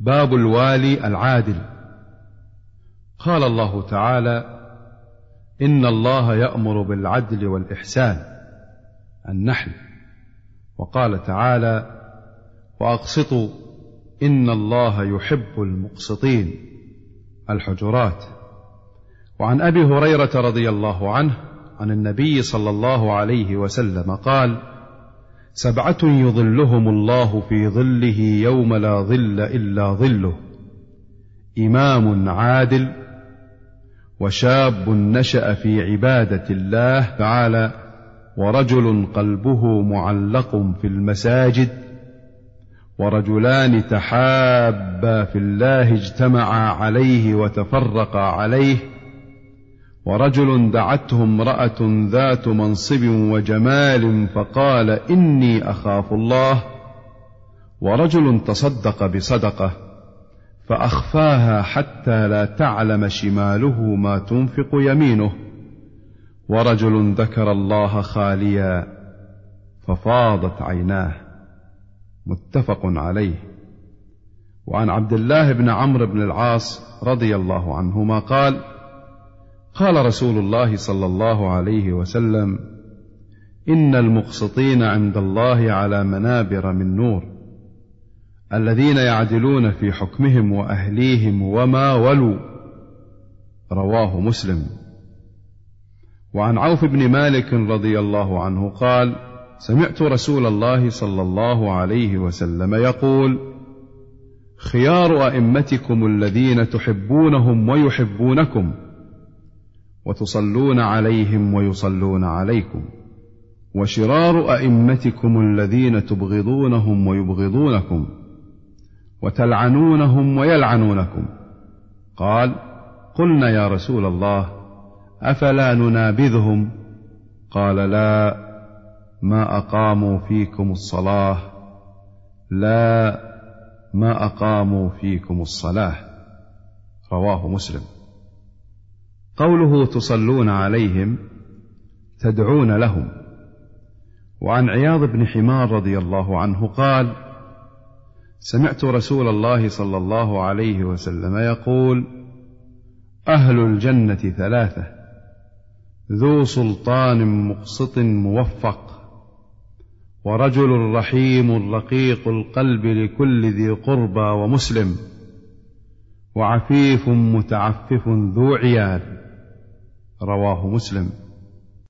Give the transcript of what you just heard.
باب الوالي العادل. قال الله تعالى: إن الله يأمر بالعدل والإحسان، النحل. وقال تعالى: وأقسطوا إن الله يحب المقسطين، الحجرات. وعن أبي هريرة رضي الله عنه عن النبي صلى الله عليه وسلم قال: 7 يظلهم الله في ظله يوم لا ظل إلا ظله: إمام عادل، وشاب نشأ في عبادة الله تعالى، ورجل قلبه معلق في المساجد، ورجلان تحابا في الله اجتمعا عليه وتفرقا عليه، ورجل دعته امرأة ذات منصب وجمال فقال: إني أخاف الله، ورجل تصدق بصدقة فأخفاها حتى لا تعلم شماله ما تنفق يمينه، ورجل ذكر الله خاليا ففاضت عيناه، متفق عليه. وعن عبد الله بن عمرو بن العاص رضي الله عنهما قال: قال رسول الله صلى الله عليه وسلم: إن المقسطين عند الله على منابر من نور، الذين يعدلون في حكمهم وأهليهم وما ولوا، رواه مسلم. وعن عوف بن مالك رضي الله عنه قال: سمعت رسول الله صلى الله عليه وسلم يقول: خيار أئمتكم الذين تحبونهم ويحبونكم، وتصلون عليهم ويصلون عليكم، وشرار أئمتكم الذين تبغضونهم ويبغضونكم، وتلعنونهم ويلعنونكم. قال: قلنا يا رسول الله أفلا ننابذهم؟ قال: لا، ما أقاموا فيكم الصلاة، لا، ما أقاموا فيكم الصلاة، رواه مسلم. قوله تصلون عليهم تدعون لهم. وعن عياض بن حمار رضي الله عنه قال: سمعت رسول الله صلى الله عليه وسلم يقول: أهل الجنة 3: ذو سلطان مقسط موفق، ورجل رحيم رقيق القلب لكل ذي قربى ومسلم، وعفيف متعفف ذو عيال، رواه مسلم.